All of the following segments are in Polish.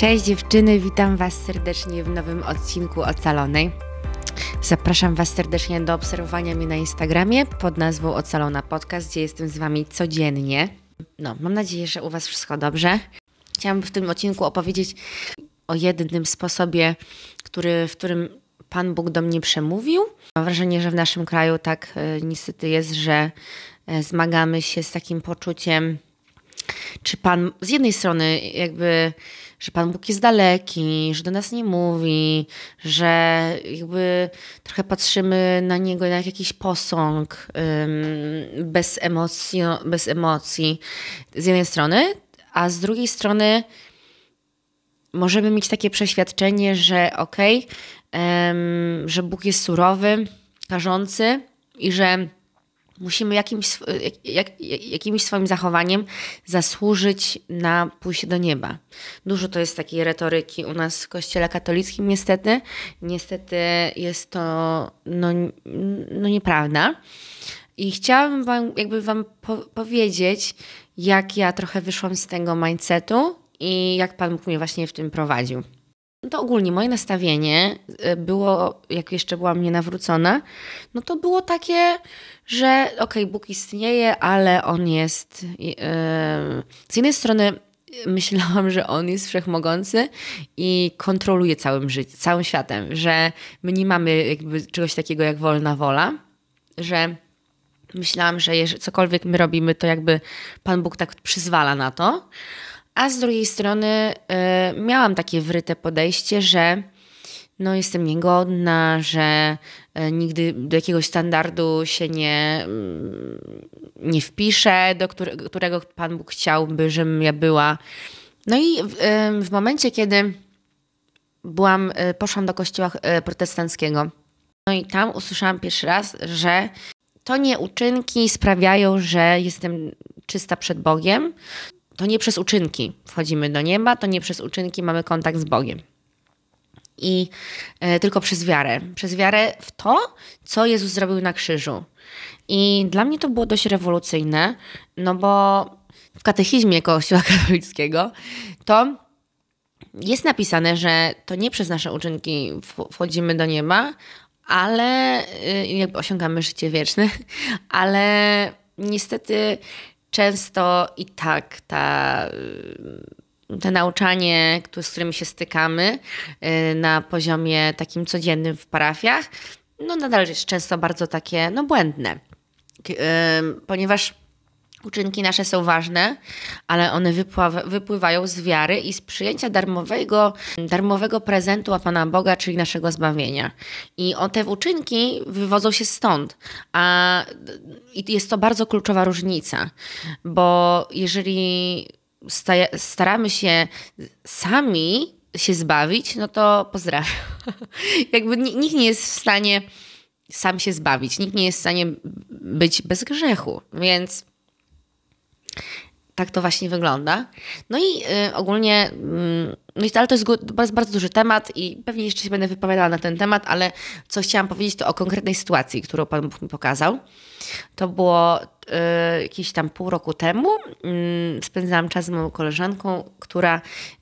Cześć dziewczyny, witam Was serdecznie w nowym odcinku Ocalonej. Zapraszam Was serdecznie do obserwowania mnie na Instagramie pod nazwą Ocalona Podcast, gdzie jestem z Wami codziennie. Mam nadzieję, że u Was wszystko dobrze. Chciałam w tym odcinku opowiedzieć o jednym sposobie, w którym Pan Bóg do mnie przemówił. Mam wrażenie, że w naszym kraju tak niestety jest, że zmagamy się z takim poczuciem, czy Pan, z jednej strony że Pan Bóg jest daleki, że do nas nie mówi, że trochę patrzymy na Niego jak jakiś posąg, bez emocji z jednej strony, a z drugiej strony możemy mieć takie przeświadczenie, że że Bóg jest surowy, karzący i że musimy jakimś swoim zachowaniem zasłużyć na pójście do nieba. Dużo to jest takiej retoryki u nas w Kościele katolickim niestety. Niestety jest to nieprawda. I chciałabym wam powiedzieć, jak ja trochę wyszłam z tego mindsetu i jak Pan Bóg mnie właśnie w tym prowadził. To ogólnie moje nastawienie było, jak jeszcze byłam nienawrócona, to było takie, że Bóg istnieje, ale On jest... Z jednej strony myślałam, że On jest wszechmogący i kontroluje całym światem, że my nie mamy czegoś takiego jak wolna wola, że myślałam, że cokolwiek my robimy, to Pan Bóg tak przyzwala na to. A z drugiej strony miałam takie wryte podejście, że jestem niegodna, że nigdy do jakiegoś standardu się nie wpiszę, do którego Pan Bóg chciałby, żebym ja była. I w momencie, kiedy poszłam do kościoła protestanckiego, i tam usłyszałam pierwszy raz, że to nie uczynki sprawiają, że jestem czysta przed Bogiem. To nie przez uczynki wchodzimy do nieba, to nie przez uczynki mamy kontakt z Bogiem. I tylko przez wiarę. Przez wiarę w to, co Jezus zrobił na krzyżu. I dla mnie to było dość rewolucyjne, bo w katechizmie Kościoła katolickiego to jest napisane, że to nie przez nasze uczynki wchodzimy do nieba, ale osiągamy życie wieczne, ale niestety często i tak te nauczanie, z którym się stykamy na poziomie takim codziennym w parafiach, nadal jest często bardzo takie błędne. Ponieważ uczynki nasze są ważne, ale one wypływają z wiary i z przyjęcia darmowego prezentu od Pana Boga, czyli naszego zbawienia. I te uczynki wywodzą się stąd. I jest to bardzo kluczowa różnica, bo jeżeli staramy się sami się zbawić, to pozdrawiam. Nikt nie jest w stanie sam się zbawić. Nikt nie jest w stanie być bez grzechu, więc tak to właśnie wygląda. Ogólnie, ale to jest bardzo duży temat i pewnie jeszcze się będę wypowiadała na ten temat, ale co chciałam powiedzieć, to o konkretnej sytuacji, którą Pan Bóg mi pokazał. To było jakieś tam pół roku temu. Spędzałam czas z moją koleżanką, która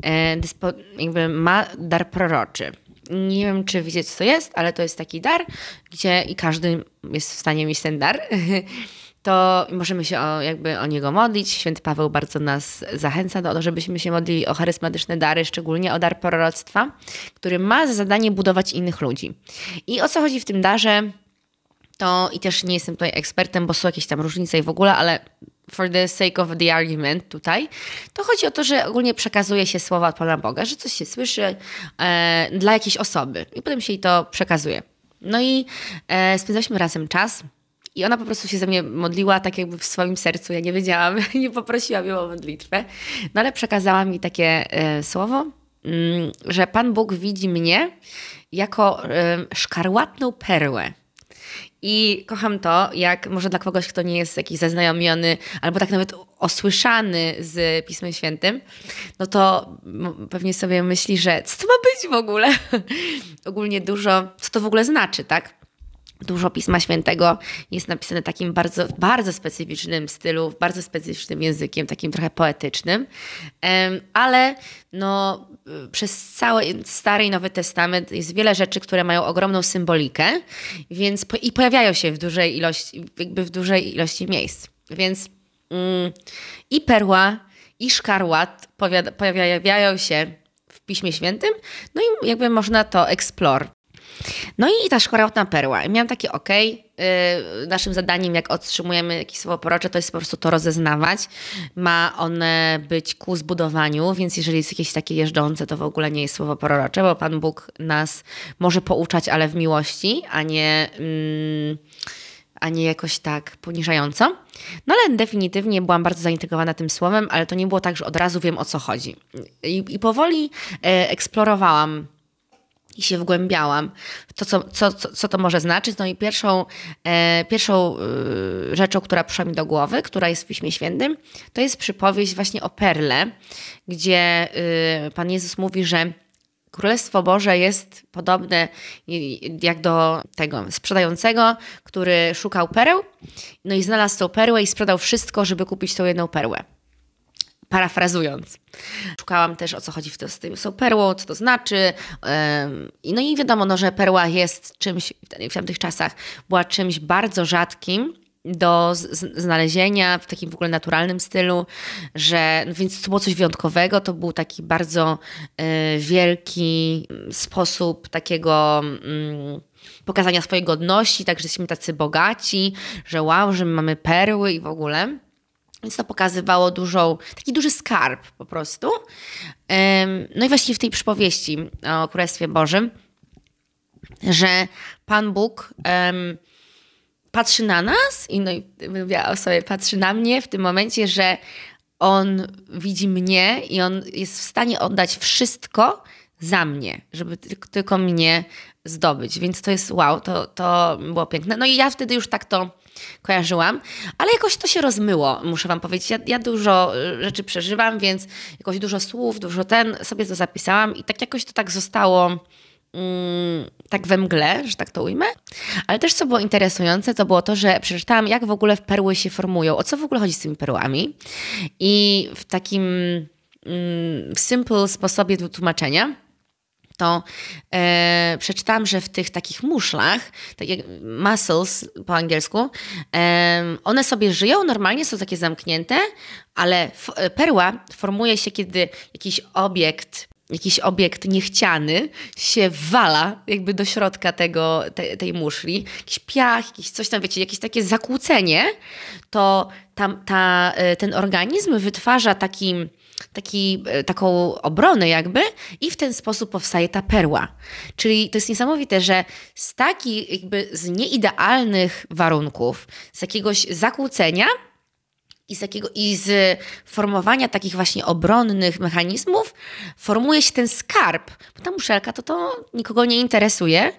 ma dar proroczy. Nie wiem, czy wiecie, co to jest, ale to jest taki dar, gdzie i każdy jest w stanie mieć ten dar. To możemy się o niego modlić. Święty Paweł bardzo nas zachęca do tego, żebyśmy się modlili o charyzmatyczne dary, szczególnie o dar proroctwa, który ma za zadanie budować innych ludzi. I o co chodzi w tym darze, i też nie jestem tutaj ekspertem, bo są jakieś tam różnice i w ogóle, ale for the sake of the argument tutaj, to chodzi o to, że ogólnie przekazuje się słowa od Pana Boga, że coś się słyszy dla jakiejś osoby i potem się jej to przekazuje. Spędzaliśmy razem czas. I ona po prostu się ze mnie modliła tak w swoim sercu. Ja nie wiedziałam, nie poprosiłam ją o modlitwę. Ale przekazała mi takie słowo, że Pan Bóg widzi mnie jako szkarłatną perłę. I kocham to, jak może dla kogoś, kto nie jest jakiś zaznajomiony albo tak nawet osłyszany z Pismem Świętym, to pewnie sobie myśli, że co to ma być w ogóle? Ogólnie dużo, co to w ogóle znaczy, tak? Dużo Pisma Świętego jest napisane takim bardzo, bardzo specyficznym stylu, bardzo specyficznym językiem, takim trochę poetycznym, ale no, przez cały Stary i Nowy Testament jest wiele rzeczy, które mają ogromną symbolikę, więc i pojawiają się w dużej ilości, jakby w dużej ilości miejsc. Więc i perła, i szkarłat pojawiają się w Piśmie Świętym, no i jakby można to explore. No i ta szkarłatna perła. I miałam takie naszym zadaniem, jak otrzymujemy jakieś słowo prorocze, to jest po prostu to rozeznawać. Ma one być ku zbudowaniu, więc jeżeli jest jakieś takie jeżdżące, to w ogóle nie jest słowo prorocze, bo Pan Bóg nas może pouczać, ale w miłości, a nie jakoś tak poniżająco. No ale definitywnie byłam bardzo zaintrygowana tym słowem, ale to nie było tak, że od razu wiem, o co chodzi. I powoli eksplorowałam i się wgłębiałam w to, co to może znaczyć. No i pierwszą rzeczą, która przyszła mi do głowy, która jest w Piśmie Świętym, to jest przypowieść właśnie o perle, gdzie Pan Jezus mówi, że Królestwo Boże jest podobne jak do tego sprzedającego, który szukał pereł, no i znalazł tą perłę i sprzedał wszystko, żeby kupić tą jedną perłę. Parafrazując. Szukałam też, o co chodzi z tą perłą, co to znaczy. No i wiadomo, no, że perła jest czymś, w tamtych czasach była czymś bardzo rzadkim do znalezienia w takim w ogóle naturalnym stylu, że no więc to było coś wyjątkowego, to był taki bardzo wielki sposób takiego pokazania swojej godności, tak, że jesteśmy tacy bogaci, że wow, że my mamy perły i w ogóle. Więc to pokazywało taki duży skarb po prostu. No i właśnie w tej przypowieści o Królestwie Bożym, że Pan Bóg patrzy na nas i mówiła o sobie, patrzy na mnie w tym momencie, że On widzi mnie i On jest w stanie oddać wszystko za mnie, żeby tylko mnie zdobyć. Więc to jest wow, to było piękne. No i ja wtedy już tak to kojarzyłam, ale jakoś to się rozmyło, muszę wam powiedzieć. Ja dużo rzeczy przeżywam, więc jakoś dużo słów, sobie to zapisałam i tak jakoś to tak zostało tak we mgle, że tak to ujmę. Ale też co było interesujące, to było to, że przeczytałam, jak w ogóle perły się formują, o co w ogóle chodzi z tymi perłami i w takim simple sposobie wytłumaczenia to przeczytałam, że w tych takich muszlach, tak jak mussels po angielsku, one sobie żyją, normalnie są takie zamknięte, ale perła formuje się, kiedy jakiś obiekt niechciany się wala jakby do środka tej muszli. Jakiś piach, jakieś coś tam, wiecie, jakieś takie zakłócenie, to ten organizm wytwarza taką obronę jakby i w ten sposób powstaje ta perła. Czyli to jest niesamowite, że z nieidealnych warunków, z jakiegoś zakłócenia i z formowania takich właśnie obronnych mechanizmów formuje się ten skarb. Bo ta muszelka to nikogo nie interesuje,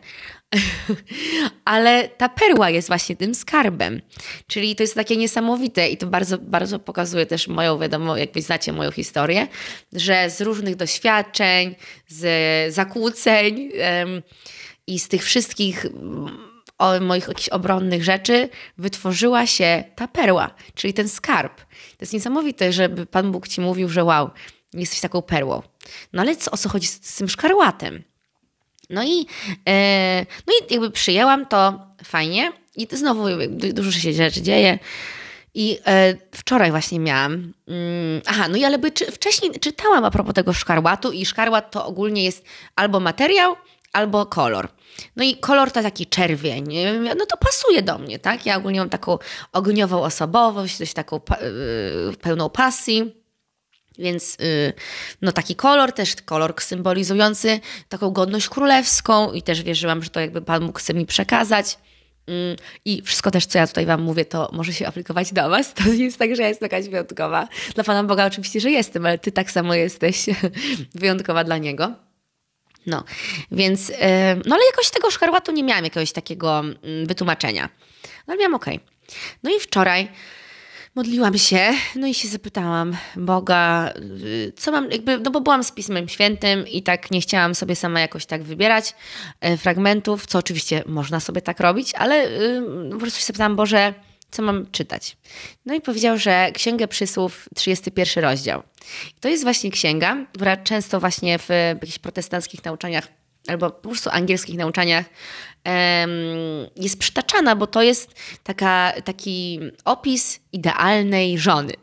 ale ta perła jest właśnie tym skarbem. Czyli to jest takie niesamowite i to bardzo, bardzo pokazuje też wiadomo, jakby znacie moją historię, że z różnych doświadczeń, z zakłóceń i z tych wszystkich moich jakichś obronnych rzeczy wytworzyła się ta perła, czyli ten skarb. To jest niesamowite, żeby Pan Bóg ci mówił, że wow, jesteś taką perłą. No ale o co chodzi z tym szkarłatem? No i jakby przyjęłam to fajnie i znowu dużo się rzeczy dzieje. I wczoraj właśnie miałam... ale wcześniej czytałam a propos tego szkarłatu i szkarłat to ogólnie jest albo materiał, albo kolor. No i kolor to taki czerwień. No to pasuje do mnie, tak? Ja ogólnie mam taką ogniową osobowość, dość taką pełną pasji. Więc taki kolor symbolizujący taką godność królewską i też wierzyłam, że to jakby Pan Bóg chce mi przekazać. I wszystko też, co ja tutaj wam mówię, to może się aplikować do was. To nie jest tak, że ja jestem jakaś wyjątkowa. Dla Pana Boga oczywiście, że jestem, ale ty tak samo jesteś wyjątkowa dla Niego. No, więc, ale jakoś tego szkarłatu nie miałam jakiegoś takiego wytłumaczenia. No ale miałam okej. No i wczoraj Modliłam się, no i się zapytałam Boga, co mam, no bo byłam z Pismem Świętym i tak nie chciałam sobie sama jakoś tak wybierać fragmentów, co oczywiście można sobie tak robić, ale po prostu się zapytałam, Boże, co mam czytać? No i powiedział, że Księgę Przysłów, 31 rozdział. I to jest właśnie księga, która często właśnie w jakichś protestanckich nauczaniach albo po prostu angielskich nauczaniach jest przytaczana, bo to jest taki opis idealnej żony.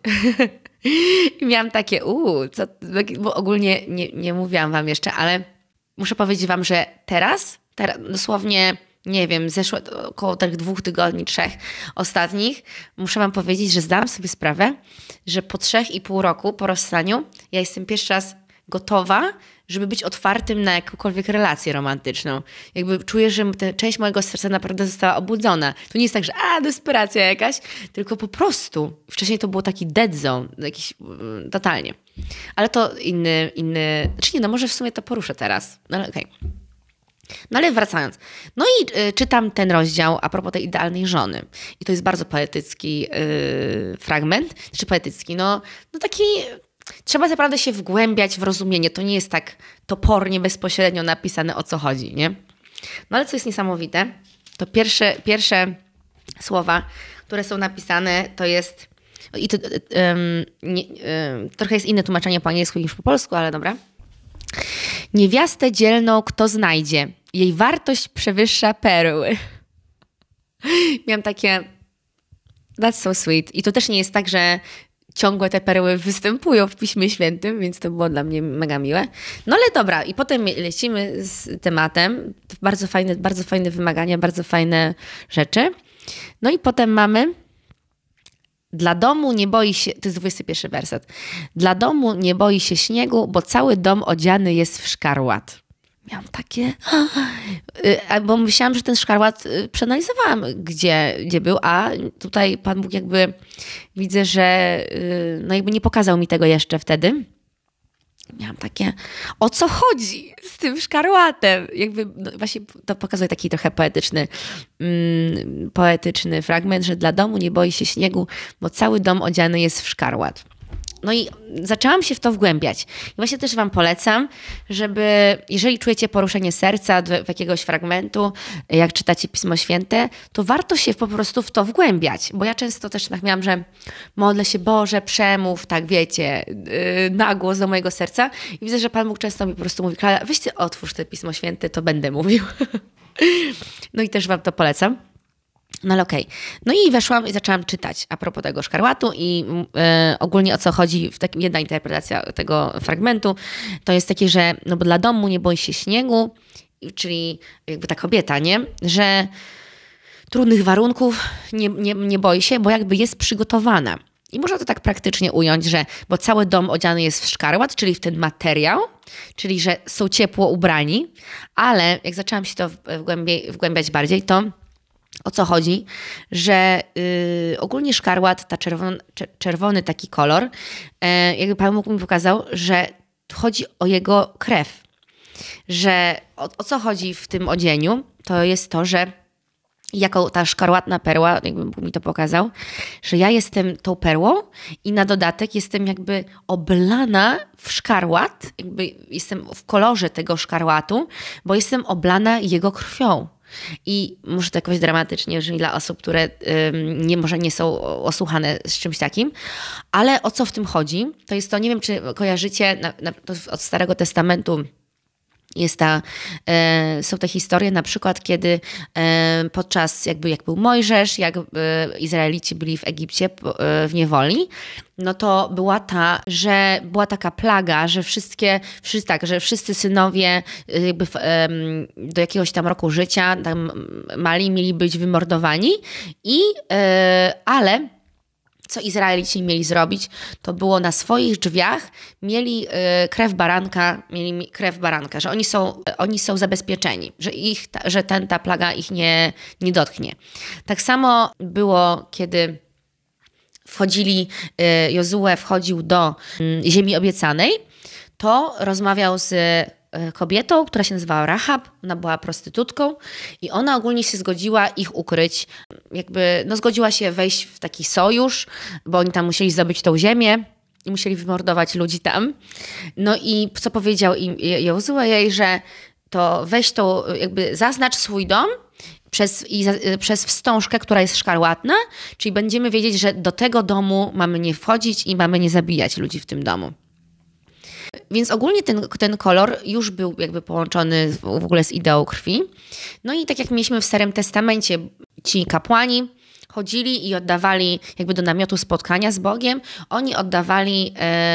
I miałam takie, bo ogólnie nie mówiłam wam jeszcze, ale muszę powiedzieć wam, że teraz dosłownie, nie wiem, zeszło około tych 2 tygodni, 3 ostatnich, muszę wam powiedzieć, że zdałam sobie sprawę, że po 3,5 roku po rozstaniu ja jestem pierwszy raz gotowa, żeby być otwartym na jakąkolwiek relację romantyczną. Jakby czuję, że część mojego serca naprawdę została obudzona. To nie jest tak, że desperacja jakaś, tylko po prostu. Wcześniej to było taki dead zone, jakiś totalnie. Ale to inny, znaczy nie, no może w sumie to poruszę teraz. No ale okej. No ale wracając. No i czytam ten rozdział a propos tej idealnej żony. I to jest bardzo poetycki fragment. Znaczy poetycki, no taki... Trzeba naprawdę się wgłębiać w rozumienie. To nie jest tak topornie, bezpośrednio napisane, o co chodzi, nie? No ale co jest niesamowite, to pierwsze słowa, które są napisane, to jest... I to, trochę jest inne tłumaczenie po angielsku niż po polsku, ale dobra. Niewiastę dzielną kto znajdzie, jej wartość przewyższa perły. Miałam takie... That's so sweet. I to też nie jest tak, że ciągłe te perły występują w Piśmie Świętym, więc to było dla mnie mega miłe. No ale dobra, i potem lecimy z tematem. Bardzo fajne wymagania, bardzo fajne rzeczy. No i potem mamy: dla domu nie boi się, to jest 21 werset. Dla domu nie boi się śniegu, bo cały dom odziany jest w szkarłat. Miałam takie... Bo myślałam, że ten szkarłat przeanalizowałam, gdzie był, a tutaj Pan Bóg jakby widzę, że no jakby nie pokazał mi tego jeszcze wtedy. Miałam takie, o co chodzi z tym szkarłatem? Jakby no właśnie to pokazuje taki trochę poetyczny fragment, że dla domu nie boi się śniegu, bo cały dom odziany jest w szkarłat. No i zaczęłam się w to wgłębiać. I właśnie też wam polecam, żeby, jeżeli czujecie poruszenie serca w jakiegoś fragmentu, jak czytacie Pismo Święte, to warto się po prostu w to wgłębiać. Bo ja często też tak miałam, że modlę się, Boże, przemów, tak wiecie, na głos do mojego serca. I widzę, że Pan Bóg często mi po prostu mówi, Klara, weź ty otwórz te Pismo Święte, to będę mówił. No i też wam to polecam. No ale okej. No i weszłam i zaczęłam czytać a propos tego szkarłatu i ogólnie o co chodzi, jedna interpretacja tego fragmentu to jest takie, że no bo dla domu nie boi się śniegu, czyli jakby ta kobieta, nie? Że trudnych warunków nie boi się, bo jakby jest przygotowana. I można to tak praktycznie ująć, że bo cały dom odziany jest w szkarłat, czyli w ten materiał, czyli że są ciepło ubrani, ale jak zaczęłam się to wgłębiać bardziej, to o co chodzi, że ogólnie szkarłat, czerwony taki kolor, jakby Pan Bóg mi pokazał, że chodzi o jego krew. Że o co chodzi w tym odzieniu, to jest to, że jako ta szkarłatna perła, jakby Bóg mi to pokazał, że ja jestem tą perłą i na dodatek jestem jakby oblana w szkarłat, jakby jestem w kolorze tego szkarłatu, bo jestem oblana jego krwią. I może to jakoś dramatycznie brzmi dla osób, które może nie są osłuchane z czymś takim, ale o co w tym chodzi? To jest to, nie wiem czy kojarzycie, to od Starego Testamentu są te historie, na przykład kiedy podczas jak był Mojżesz, jak Izraelici byli w Egipcie w niewoli, no to była taka plaga, że wszyscy synowie jakby do jakiegoś tam roku życia tam mali mieli być wymordowani ale co Izraelici mieli zrobić, to było na swoich drzwiach mieli krew baranka, że oni są zabezpieczeni, że ta plaga ich nie dotknie. Tak samo było, kiedy Jozue wchodził do ziemi obiecanej, to rozmawiał z kobietą, która się nazywała Rahab. Ona była prostytutką i ona ogólnie się zgodziła ich ukryć. Jakby, no zgodziła się wejść w taki sojusz, bo oni tam musieli zdobyć tą ziemię i musieli wymordować ludzi tam. No i co powiedział im Jozue jej, że to weź to, jakby zaznacz swój dom przez wstążkę, która jest szkarłatna, czyli będziemy wiedzieć, że do tego domu mamy nie wchodzić i mamy nie zabijać ludzi w tym domu. Więc ogólnie ten kolor już był jakby połączony w ogóle z ideą krwi. No i tak jak mieliśmy w Starym Testamencie, ci kapłani chodzili i oddawali jakby do namiotu spotkania z Bogiem, oni oddawali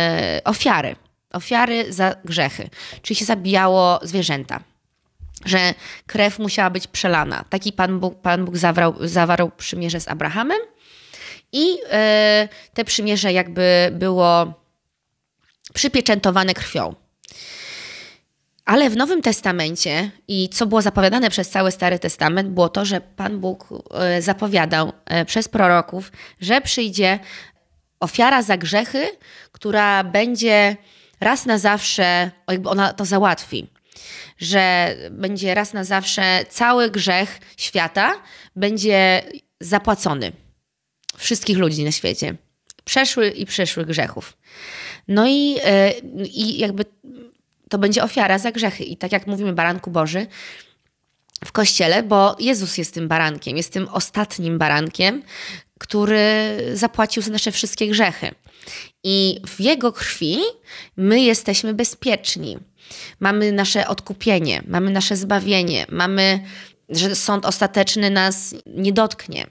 ofiary za grzechy, czyli się zabijało zwierzęta, że krew musiała być przelana. Taki Pan Bóg zawarł przymierze z Abrahamem i te przymierze jakby było przypieczętowane krwią. Ale w Nowym Testamencie i co było zapowiadane przez cały Stary Testament, było to, że Pan Bóg zapowiadał przez proroków, że przyjdzie ofiara za grzechy, która będzie raz na zawsze, jakby ona to załatwi, że będzie raz na zawsze cały grzech świata będzie zapłacony. Wszystkich ludzi na świecie. Przeszłych i przyszłych grzechów. No i jakby to będzie ofiara za grzechy. I tak jak mówimy baranku Boży w Kościele, bo Jezus jest tym barankiem, jest tym ostatnim barankiem, który zapłacił za nasze wszystkie grzechy. I w Jego krwi my jesteśmy bezpieczni. Mamy nasze odkupienie, mamy nasze zbawienie, mamy, że sąd ostateczny nas nie dotknie.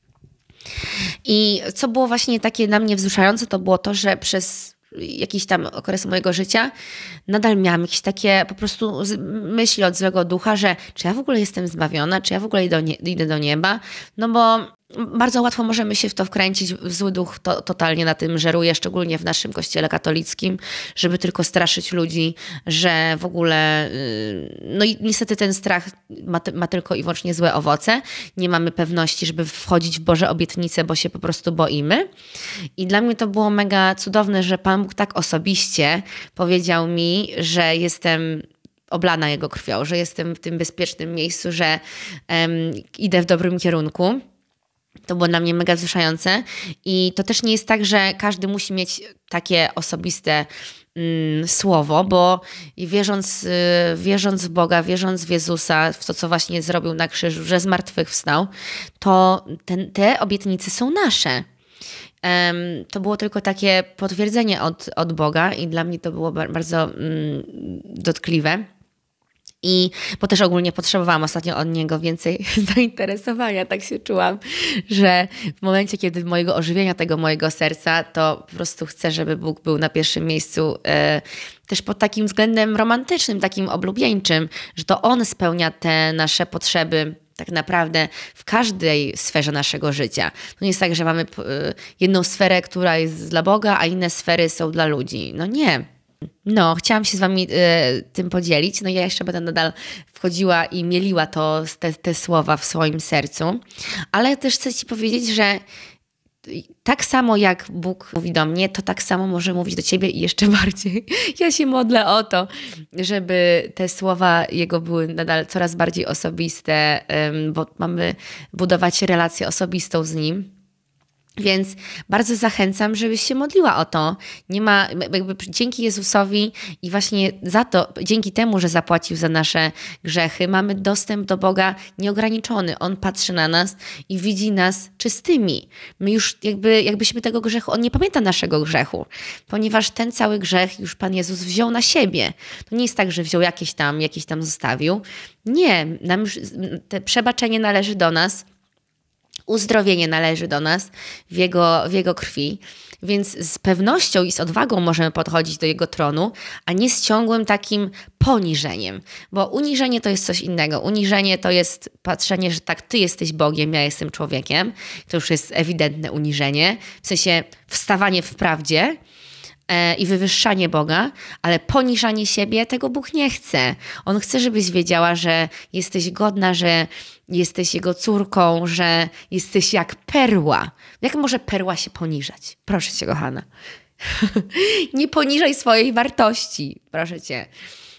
I co było właśnie takie dla mnie wzruszające, to było to, że przez jakiś tam okres mojego życia nadal miałam jakieś takie po prostu myśli od złego ducha, że czy ja w ogóle jestem zbawiona, czy ja w ogóle idę do nieba, no bo bardzo łatwo możemy się w to wkręcić, w zły duch totalnie na tym żeruje, szczególnie w naszym kościele katolickim, żeby tylko straszyć ludzi, że w ogóle, no i niestety ten strach ma tylko i wyłącznie złe owoce. Nie mamy pewności, żeby wchodzić w Boże obietnice, bo się po prostu boimy. I dla mnie to było mega cudowne, że Pan Bóg tak osobiście powiedział mi, że jestem oblana Jego krwią, że jestem w tym bezpiecznym miejscu, że idę w dobrym kierunku. To było dla mnie mega wzruszające i to też nie jest tak, że każdy musi mieć takie osobiste słowo, bo wierząc w Boga, wierząc w Jezusa, w to, co właśnie zrobił na krzyżu, że zmartwychwstał, to te obietnice są nasze. To było tylko takie potwierdzenie od Boga i dla mnie to było bardzo dotkliwe. Bo też ogólnie potrzebowałam ostatnio od niego więcej zainteresowania. Tak się czułam, że w momencie, kiedy mojego ożywienia tego mojego serca, to po prostu chcę, żeby Bóg był na pierwszym miejscu też pod takim względem romantycznym, takim oblubieńczym, że to On spełnia te nasze potrzeby tak naprawdę w każdej sferze naszego życia. To nie jest tak, że mamy jedną sferę, która jest dla Boga, a inne sfery są dla ludzi. No nie. No, chciałam się z wami tym podzielić. No ja jeszcze będę nadal wchodziła i mieliła te słowa w swoim sercu. Ale też chcę ci powiedzieć, że tak samo jak Bóg mówi do mnie, to tak samo może mówić do ciebie i jeszcze bardziej. Ja się modlę o to, żeby te słowa Jego były nadal coraz bardziej osobiste, bo mamy budować relację osobistą z Nim. Więc bardzo zachęcam, żebyś się modliła o to. Nie ma, jakby dzięki Jezusowi i właśnie za to, dzięki temu, że zapłacił za nasze grzechy, mamy dostęp do Boga nieograniczony. On patrzy na nas i widzi nas czystymi. My już jakbyśmy tego grzechu, On nie pamięta naszego grzechu, ponieważ ten cały grzech już Pan Jezus wziął na siebie. To nie jest tak, że wziął jakieś tam zostawił. Nie, nam już te przebaczenie należy do nas. Uzdrowienie należy do nas w Jego krwi, więc z pewnością i z odwagą możemy podchodzić do Jego tronu, a nie z ciągłym takim poniżeniem, bo uniżenie to jest coś innego. Uniżenie to jest patrzenie, że tak, Ty jesteś Bogiem, ja jestem człowiekiem. To już jest ewidentne uniżenie, w sensie wstawanie w prawdzie i wywyższanie Boga, ale poniżanie siebie, tego Bóg nie chce. On chce, żebyś wiedziała, że jesteś godna, że jesteś Jego córką, że jesteś jak perła. Jak może perła się poniżać? Proszę Cię, kochana. Nie poniżaj swojej wartości, proszę Cię.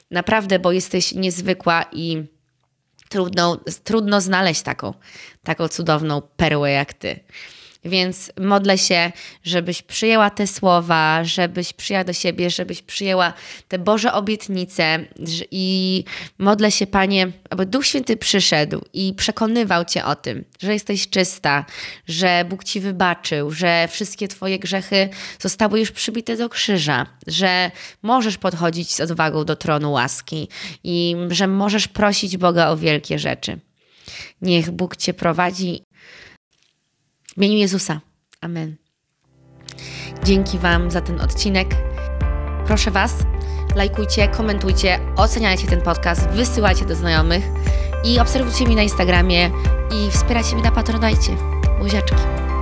Naprawdę, bo jesteś niezwykła i trudno znaleźć taką cudowną perłę jak ty. Więc modlę się, żebyś przyjęła te słowa, żebyś przyjęła do siebie, żebyś przyjęła te Boże obietnice i modlę się, Panie, aby Duch Święty przyszedł i przekonywał Cię o tym, że jesteś czysta, że Bóg Ci wybaczył, że wszystkie Twoje grzechy zostały już przybite do krzyża, że możesz podchodzić z odwagą do tronu łaski i że możesz prosić Boga o wielkie rzeczy. Niech Bóg Cię prowadzi. W imieniu Jezusa. Amen. Dzięki Wam za ten odcinek. Proszę Was, lajkujcie, komentujcie, oceniajcie ten podcast, wysyłajcie do znajomych i obserwujcie mnie na Instagramie i wspierajcie mnie na Patronite. Buziaczki.